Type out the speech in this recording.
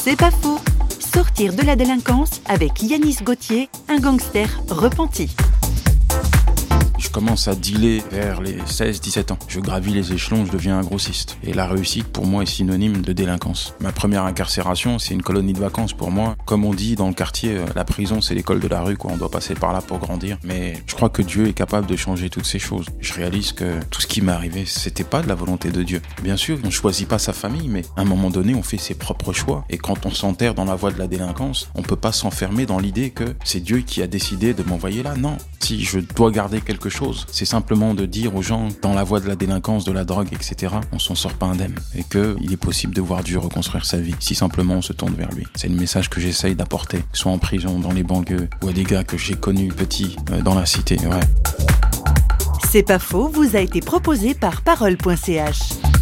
C'est pas faux. Sortir de la délinquance avec Yanis Gauthier, un gangster repenti. Je commence à dealer vers les 16-17 ans. Je gravis les échelons, je deviens un grossiste. Et la réussite, pour moi, est synonyme de délinquance. Ma première incarcération, c'est une colonie de vacances pour moi. Comme on dit dans le quartier, la prison, c'est l'école de la rue, quoi. On doit passer par là pour grandir. Mais je crois que Dieu est capable de changer toutes ces choses. Je réalise que tout ce qui m'est arrivé, c'était pas de la volonté de Dieu. Bien sûr, on choisit pas sa famille, mais à un moment donné, on fait ses propres choix. Et quand on s'enterre dans la voie de la délinquance, on peut pas s'enfermer dans l'idée que c'est Dieu qui a décidé de m'envoyer là. Non. Si je dois garder quelque chose, c'est simplement de dire aux gens, dans la voie de la délinquance, de la drogue, etc., on s'en sort pas indemne. Et qu'il est possible de voir Dieu reconstruire sa vie, si simplement on se tourne vers lui. C'est le message que j'essaye d'apporter, soit en prison, dans les banlieues, ou à des gars que j'ai connus petits, dans la cité, ouais. C'est pas faux, vous a été proposé par parole.ch.